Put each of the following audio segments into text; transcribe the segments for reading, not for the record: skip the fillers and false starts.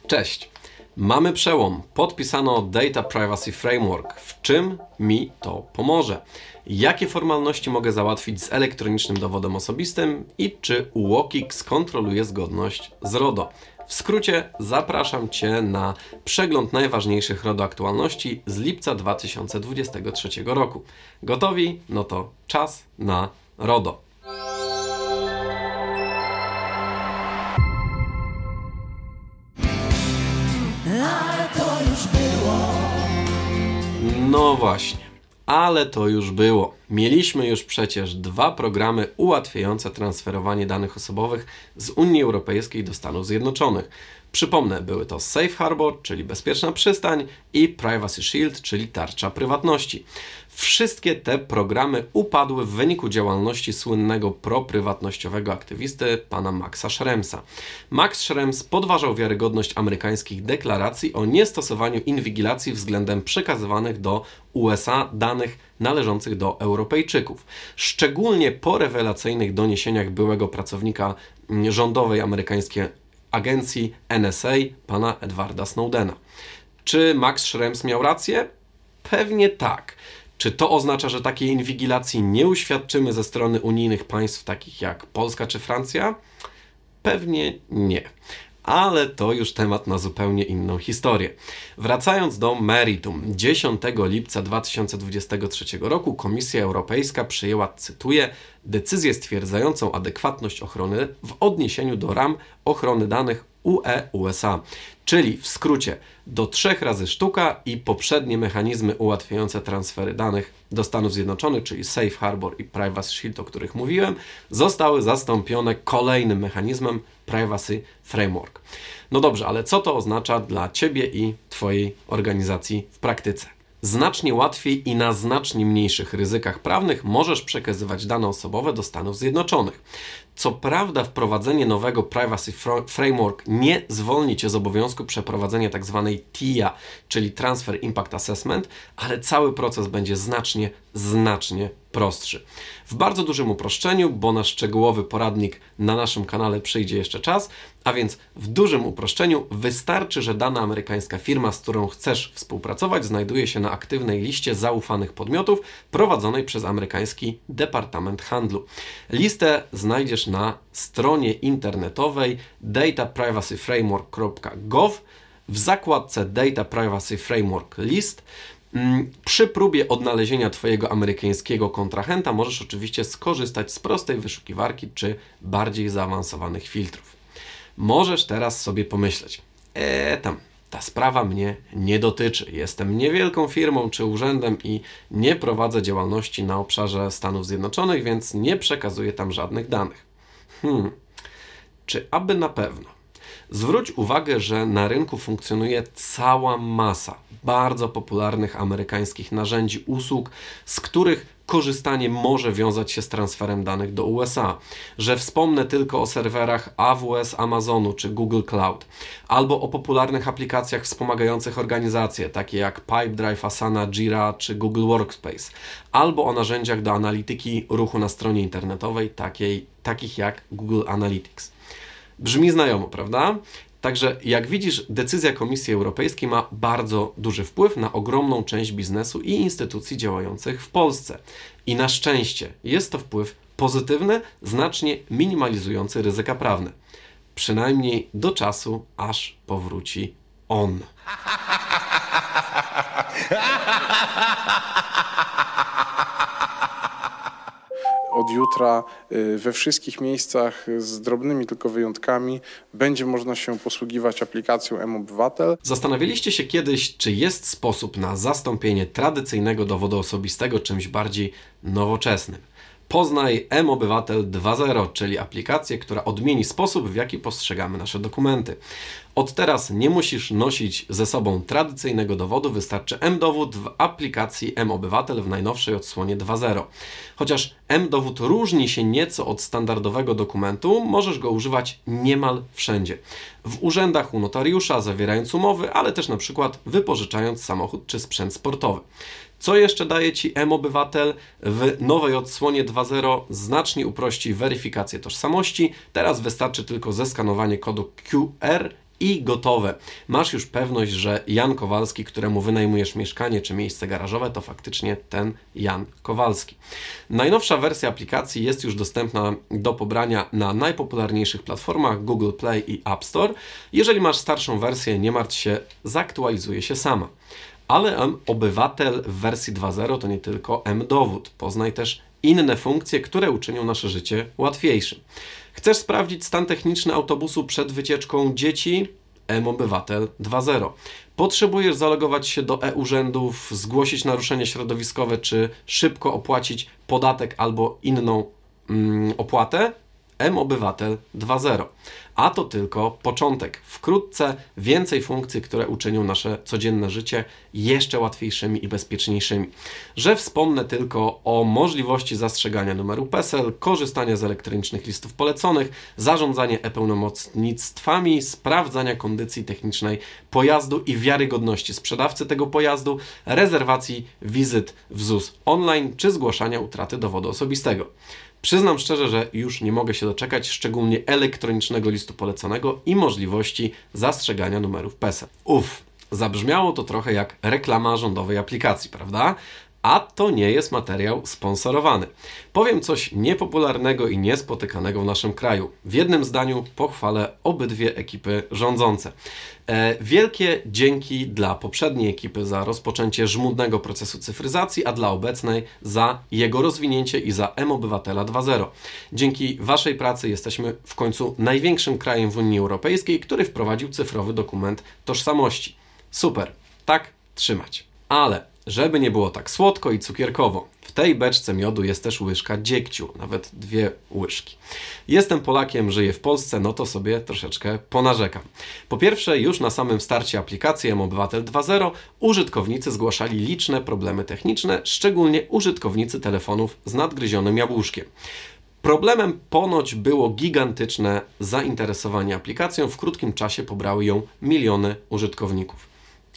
Cześć! Mamy przełom. Podpisano Data Privacy Framework. W czym mi to pomoże? Jakie formalności mogę załatwić z elektronicznym dowodem osobistym i czy UOKiK skontroluje zgodność z RODO? W skrócie zapraszam Cię na przegląd najważniejszych RODO aktualności z lipca 2023 roku. Gotowi? No to czas na RODO. No właśnie, ale to już było. Mieliśmy już przecież 2 programy ułatwiające transferowanie danych osobowych z Unii Europejskiej do Stanów Zjednoczonych. Przypomnę, były to Safe Harbor, czyli bezpieczna przystań, i Privacy Shield, czyli tarcza prywatności. Wszystkie te programy upadły w wyniku działalności słynnego proprywatnościowego aktywisty pana Maxa Schremsa. Max Schrems podważał wiarygodność amerykańskich deklaracji o niestosowaniu inwigilacji względem przekazywanych do USA danych należących do Europejczyków. Szczególnie po rewelacyjnych doniesieniach byłego pracownika rządowej amerykańskiej agencji NSA, pana Edwarda Snowdena. Czy Max Schrems miał rację? Pewnie tak. Czy to oznacza, że takiej inwigilacji nie uświadczymy ze strony unijnych państw takich jak Polska czy Francja? Pewnie nie. Ale to już temat na zupełnie inną historię. Wracając do meritum, 10 lipca 2023 roku Komisja Europejska przyjęła, cytuję, decyzję stwierdzającą adekwatność ochrony w odniesieniu do ram ochrony danych UE-USA, czyli w skrócie do 3 razy sztuka i poprzednie mechanizmy ułatwiające transfery danych do Stanów Zjednoczonych, czyli Safe Harbor i Privacy Shield, o których mówiłem, zostały zastąpione kolejnym mechanizmem Privacy Framework. No dobrze, ale co to oznacza dla Ciebie i Twojej organizacji w praktyce? Znacznie łatwiej i na znacznie mniejszych ryzykach prawnych możesz przekazywać dane osobowe do Stanów Zjednoczonych. Co prawda wprowadzenie nowego Privacy Framework nie zwolni Cię z obowiązku przeprowadzenia tzw. TIA, czyli Transfer Impact Assessment, ale cały proces będzie znacznie prostszy. W bardzo dużym uproszczeniu, bo na szczegółowy poradnik na naszym kanale przyjdzie jeszcze czas, a więc w dużym uproszczeniu wystarczy, że dana amerykańska firma, z którą chcesz współpracować, znajduje się na aktywnej liście zaufanych podmiotów prowadzonej przez amerykański Departament Handlu. Listę znajdziesz na stronie internetowej dataprivacyframework.gov w zakładce Data Privacy Framework List. Przy próbie odnalezienia Twojego amerykańskiego kontrahenta możesz oczywiście skorzystać z prostej wyszukiwarki czy bardziej zaawansowanych filtrów. Możesz teraz sobie pomyśleć, ta sprawa mnie nie dotyczy. Jestem niewielką firmą czy urzędem i nie prowadzę działalności na obszarze Stanów Zjednoczonych, więc nie przekazuję tam żadnych danych. Czy aby na pewno? Zwróć uwagę, że na rynku funkcjonuje cała masa bardzo popularnych amerykańskich narzędzi, usług, z których korzystanie może wiązać się z transferem danych do USA. Że wspomnę tylko o serwerach AWS Amazonu czy Google Cloud, albo o popularnych aplikacjach wspomagających organizacje, takie jak Pipedrive, Asana, Jira czy Google Workspace, albo o narzędziach do analityki ruchu na stronie internetowej, takich jak Google Analytics. Brzmi znajomo, prawda? Także jak widzisz, decyzja Komisji Europejskiej ma bardzo duży wpływ na ogromną część biznesu i instytucji działających w Polsce. I na szczęście jest to wpływ pozytywny, znacznie minimalizujący ryzyka prawne. Przynajmniej do czasu, aż powróci on. Od jutra we wszystkich miejscach z drobnymi tylko wyjątkami będzie można się posługiwać aplikacją mObywatel. Zastanawialiście się kiedyś, czy jest sposób na zastąpienie tradycyjnego dowodu osobistego czymś bardziej nowoczesnym? Poznaj mObywatel 2.0, czyli aplikację, która odmieni sposób, w jaki postrzegamy nasze dokumenty. Od teraz nie musisz nosić ze sobą tradycyjnego dowodu, wystarczy mDowód w aplikacji mObywatel w najnowszej odsłonie 2.0. Chociaż mDowód różni się nieco od standardowego dokumentu, możesz go używać niemal wszędzie. W urzędach, u notariusza, zawierając umowy, ale też na przykład wypożyczając samochód czy sprzęt sportowy. Co jeszcze daje Ci mObywatel? W nowej odsłonie 2.0 znacznie uprości weryfikację tożsamości. Teraz wystarczy tylko zeskanowanie kodu QR i gotowe. Masz już pewność, że Jan Kowalski, któremu wynajmujesz mieszkanie czy miejsce garażowe, to faktycznie ten Jan Kowalski. Najnowsza wersja aplikacji jest już dostępna do pobrania na najpopularniejszych platformach Google Play i App Store. Jeżeli masz starszą wersję, nie martw się, zaktualizuje się sama. Ale mObywatel w wersji 2.0 to nie tylko mDowód. Poznaj też inne funkcje, które uczynią nasze życie łatwiejszym. Chcesz sprawdzić stan techniczny autobusu przed wycieczką dzieci? mObywatel 2.0. Potrzebujesz zalogować się do e-urzędów, zgłosić naruszenie środowiskowe, czy szybko opłacić podatek albo inną opłatę? mObywatel 2.0. A to tylko początek. Wkrótce więcej funkcji, które uczynią nasze codzienne życie jeszcze łatwiejszymi i bezpieczniejszymi. Że wspomnę tylko o możliwości zastrzegania numeru PESEL, korzystania z elektronicznych listów poleconych, zarządzanie e-pełnomocnictwami, sprawdzania kondycji technicznej pojazdu i wiarygodności sprzedawcy tego pojazdu, rezerwacji wizyt w ZUS online czy zgłaszania utraty dowodu osobistego. Przyznam szczerze, że już nie mogę się doczekać szczególnie elektronicznego listu poleconego i możliwości zastrzegania numerów PESEL. Zabrzmiało to trochę jak reklama rządowej aplikacji, prawda? A to nie jest materiał sponsorowany. Powiem coś niepopularnego i niespotykanego w naszym kraju. W jednym zdaniu pochwalę obydwie ekipy rządzące. Wielkie dzięki dla poprzedniej ekipy za rozpoczęcie żmudnego procesu cyfryzacji, a dla obecnej za jego rozwinięcie i za mObywatela 2.0. Dzięki Waszej pracy jesteśmy w końcu największym krajem w Unii Europejskiej, który wprowadził cyfrowy dokument tożsamości. Super, tak trzymać. Ale żeby nie było tak słodko i cukierkowo, w tej beczce miodu jest też łyżka dziegciu, nawet 2 łyżki. Jestem Polakiem, żyję w Polsce, no to sobie troszeczkę ponarzekam. Po pierwsze, już na samym starcie aplikacji mObywatel 2.0 użytkownicy zgłaszali liczne problemy techniczne, szczególnie użytkownicy telefonów z nadgryzionym jabłuszkiem. Problemem ponoć było gigantyczne zainteresowanie aplikacją, w krótkim czasie pobrały ją miliony użytkowników.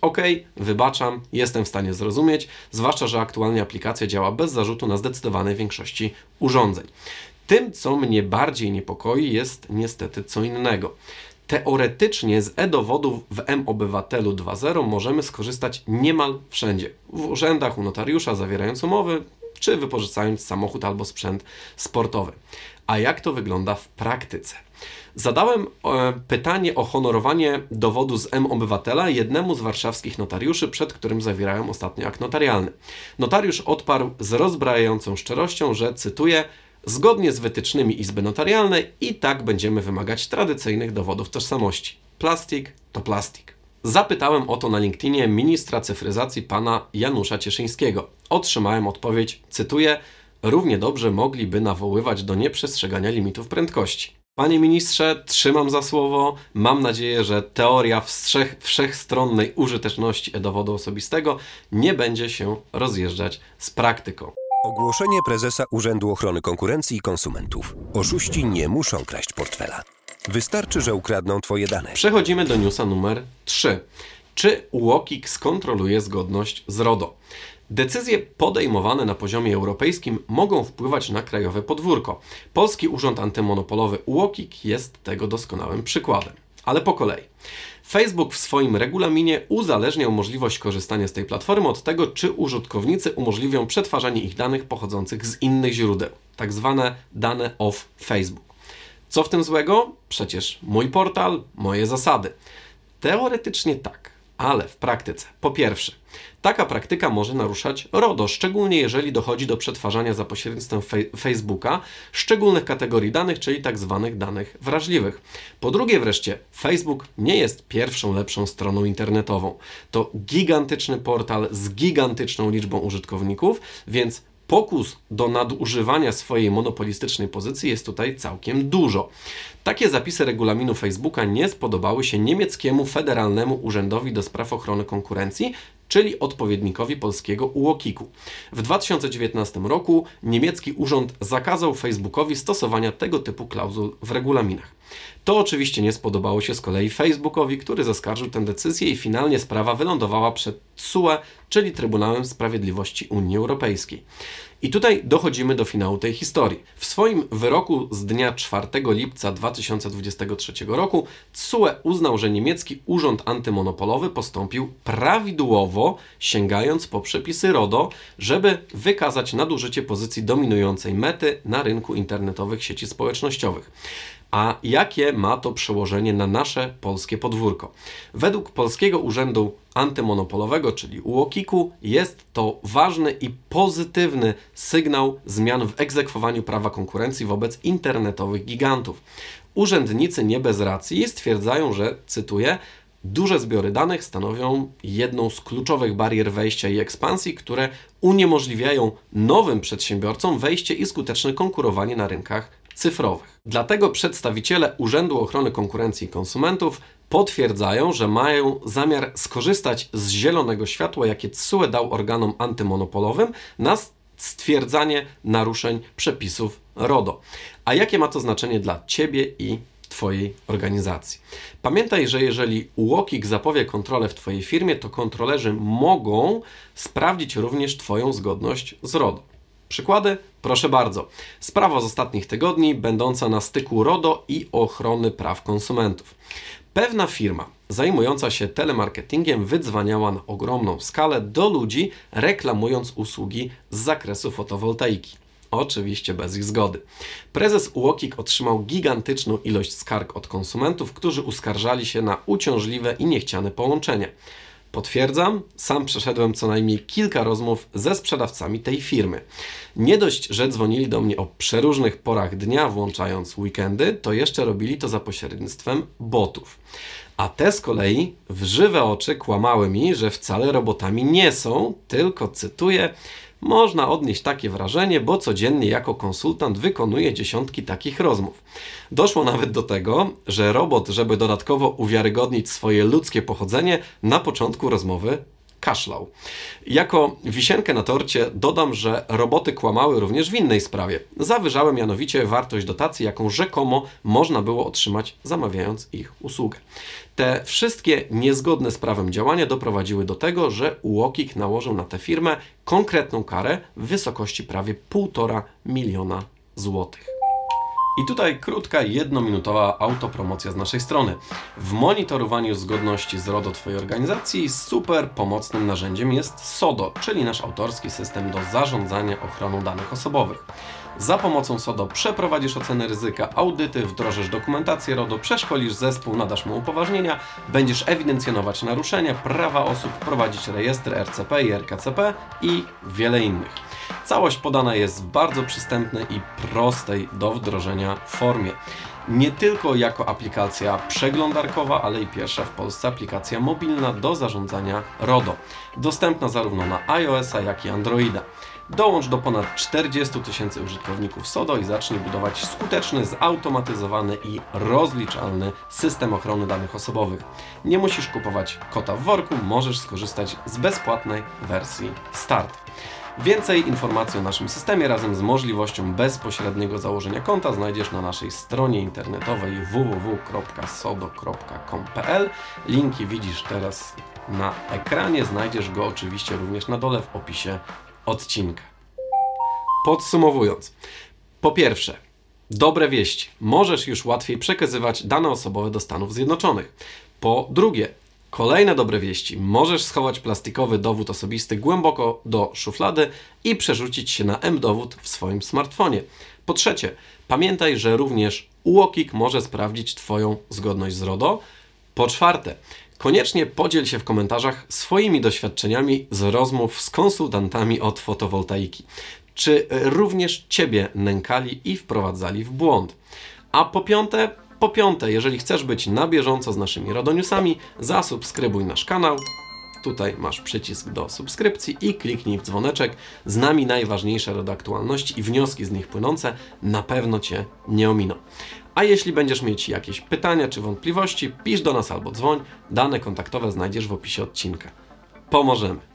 Wybaczam, jestem w stanie zrozumieć, zwłaszcza, że aktualnie aplikacja działa bez zarzutu na zdecydowanej większości urządzeń. Tym, co mnie bardziej niepokoi, jest niestety co innego. Teoretycznie z e-dowodów w mObywatelu 2.0 możemy skorzystać niemal wszędzie. W urzędach, u notariusza, zawierając umowy, czy wypożyczając samochód albo sprzęt sportowy. A jak to wygląda w praktyce? Zadałem pytanie o honorowanie dowodu z mObywatela jednemu z warszawskich notariuszy, przed którym zawierałem ostatnio akt notarialny. Notariusz odparł z rozbrajającą szczerością, że, cytuję, zgodnie z wytycznymi Izby Notarialnej i tak będziemy wymagać tradycyjnych dowodów tożsamości. Plastik to plastik. Zapytałem o to na LinkedInie ministra cyfryzacji pana Janusza Cieszyńskiego. Otrzymałem odpowiedź, cytuję, równie dobrze mogliby nawoływać do nieprzestrzegania limitów prędkości. Panie ministrze, trzymam za słowo. Mam nadzieję, że teoria wszechstronnej użyteczności e-dowodu osobistego nie będzie się rozjeżdżać z praktyką. Ogłoszenie prezesa Urzędu Ochrony Konkurencji i Konsumentów. Oszuści nie muszą kraść portfela. Wystarczy, że ukradną Twoje dane. Przechodzimy do newsa numer 3. Czy UOKiK skontroluje zgodność z RODO? Decyzje podejmowane na poziomie europejskim mogą wpływać na krajowe podwórko. Polski Urząd Antymonopolowy UOKiK jest tego doskonałym przykładem. Ale po kolei. Facebook w swoim regulaminie uzależniał możliwość korzystania z tej platformy od tego, czy użytkownicy umożliwią przetwarzanie ich danych pochodzących z innych źródeł, tak zwane dane off Facebook. Co w tym złego? Przecież mój portal, moje zasady. Teoretycznie tak, ale w praktyce. Po pierwsze, taka praktyka może naruszać RODO, szczególnie jeżeli dochodzi do przetwarzania za pośrednictwem Facebooka szczególnych kategorii danych, czyli tak zwanych danych wrażliwych. Po drugie wreszcie, Facebook nie jest pierwszą lepszą stroną internetową. To gigantyczny portal z gigantyczną liczbą użytkowników, więc pokus do nadużywania swojej monopolistycznej pozycji jest tutaj całkiem dużo. Takie zapisy regulaminu Facebooka nie spodobały się niemieckiemu Federalnemu Urzędowi do Spraw Ochrony Konkurencji, czyli odpowiednikowi polskiego UOKiK-u. W 2019 roku niemiecki urząd zakazał Facebookowi stosowania tego typu klauzul w regulaminach. To oczywiście nie spodobało się z kolei Facebookowi, który zaskarżył tę decyzję i finalnie sprawa wylądowała przed TSUE, czyli Trybunałem Sprawiedliwości Unii Europejskiej. I tutaj dochodzimy do finału tej historii. W swoim wyroku z dnia 4 lipca 2023 roku TSUE uznał, że niemiecki urząd antymonopolowy postąpił prawidłowo, sięgając po przepisy RODO, żeby wykazać nadużycie pozycji dominującej Mety na rynku internetowych sieci społecznościowych. A jakie ma to przełożenie na nasze polskie podwórko? Według Polskiego Urzędu Antymonopolowego, czyli UOKiK-u, jest to ważny i pozytywny sygnał zmian w egzekwowaniu prawa konkurencji wobec internetowych gigantów. Urzędnicy nie bez racji stwierdzają, że, cytuję, duże zbiory danych stanowią jedną z kluczowych barier wejścia i ekspansji, które uniemożliwiają nowym przedsiębiorcom wejście i skuteczne konkurowanie na rynkach cyfrowych. Dlatego przedstawiciele Urzędu Ochrony Konkurencji i Konsumentów potwierdzają, że mają zamiar skorzystać z zielonego światła, jakie TSUE dał organom antymonopolowym na stwierdzanie naruszeń przepisów RODO. A jakie ma to znaczenie dla Ciebie i Twojej organizacji? Pamiętaj, że jeżeli UOKiK zapowie kontrolę w Twojej firmie, to kontrolerzy mogą sprawdzić również Twoją zgodność z RODO. Przykłady? Proszę bardzo. Sprawa z ostatnich tygodni, będąca na styku RODO i ochrony praw konsumentów. Pewna firma zajmująca się telemarketingiem wydzwaniała na ogromną skalę do ludzi, reklamując usługi z zakresu fotowoltaiki. Oczywiście bez ich zgody. Prezes UOKiK otrzymał gigantyczną ilość skarg od konsumentów, którzy uskarżali się na uciążliwe i niechciane połączenia. Potwierdzam, sam przeszedłem co najmniej kilka rozmów ze sprzedawcami tej firmy. Nie dość, że dzwonili do mnie o przeróżnych porach dnia, włączając weekendy, to jeszcze robili to za pośrednictwem botów. A te z kolei w żywe oczy kłamały mi, że wcale robotami nie są, tylko, cytuję, można odnieść takie wrażenie, bo codziennie jako konsultant wykonuje dziesiątki takich rozmów. Doszło nawet do tego, że robot, żeby dodatkowo uwiarygodnić swoje ludzkie pochodzenie, na początku rozmowy kaszlał. Jako wisienkę na torcie dodam, że roboty kłamały również w innej sprawie. Zawyżały mianowicie wartość dotacji, jaką rzekomo można było otrzymać, zamawiając ich usługę. Te wszystkie niezgodne z prawem działania doprowadziły do tego, że UOKiK nałożył na tę firmę konkretną karę w wysokości prawie 1,5 miliona złotych. I tutaj krótka, jednominutowa autopromocja z naszej strony. W monitorowaniu zgodności z RODO Twojej organizacji super pomocnym narzędziem jest SODO, czyli nasz autorski system do zarządzania ochroną danych osobowych. Za pomocą SODO przeprowadzisz oceny ryzyka, audyty, wdrożysz dokumentację RODO, przeszkolisz zespół, nadasz mu upoważnienia, będziesz ewidencjonować naruszenia, prawa osób, prowadzić rejestry RCP i RKCP i wiele innych. Całość podana jest w bardzo przystępnej i prostej do wdrożenia formie. Nie tylko jako aplikacja przeglądarkowa, ale i pierwsza w Polsce aplikacja mobilna do zarządzania RODO. Dostępna zarówno na iOS-a, jak i Androida. Dołącz do ponad 40 000 użytkowników SODO i zacznij budować skuteczny, zautomatyzowany i rozliczalny system ochrony danych osobowych. Nie musisz kupować kota w worku, możesz skorzystać z bezpłatnej wersji Start. Więcej informacji o naszym systemie razem z możliwością bezpośredniego założenia konta znajdziesz na naszej stronie internetowej www.sodo.com.pl. Linki widzisz teraz na ekranie, znajdziesz go oczywiście również na dole w opisie odcinka. Podsumowując, po pierwsze, dobre wieści. Możesz już łatwiej przekazywać dane osobowe do Stanów Zjednoczonych. Po drugie, kolejne dobre wieści. Możesz schować plastikowy dowód osobisty głęboko do szuflady i przerzucić się na mDowód w swoim smartfonie. Po trzecie, pamiętaj, że również UOKiK może sprawdzić Twoją zgodność z RODO. Po czwarte, koniecznie podziel się w komentarzach swoimi doświadczeniami z rozmów z konsultantami od fotowoltaiki. Czy również Ciebie nękali i wprowadzali w błąd? A po piąte, jeżeli chcesz być na bieżąco z naszymi RODO Newsami, zasubskrybuj nasz kanał. Tutaj masz przycisk do subskrypcji i kliknij w dzwoneczek. Z nami najważniejsze RODO aktualności i wnioski z nich płynące na pewno Cię nie ominą. A jeśli będziesz mieć jakieś pytania czy wątpliwości, pisz do nas albo dzwoń. Dane kontaktowe znajdziesz w opisie odcinka. Pomożemy.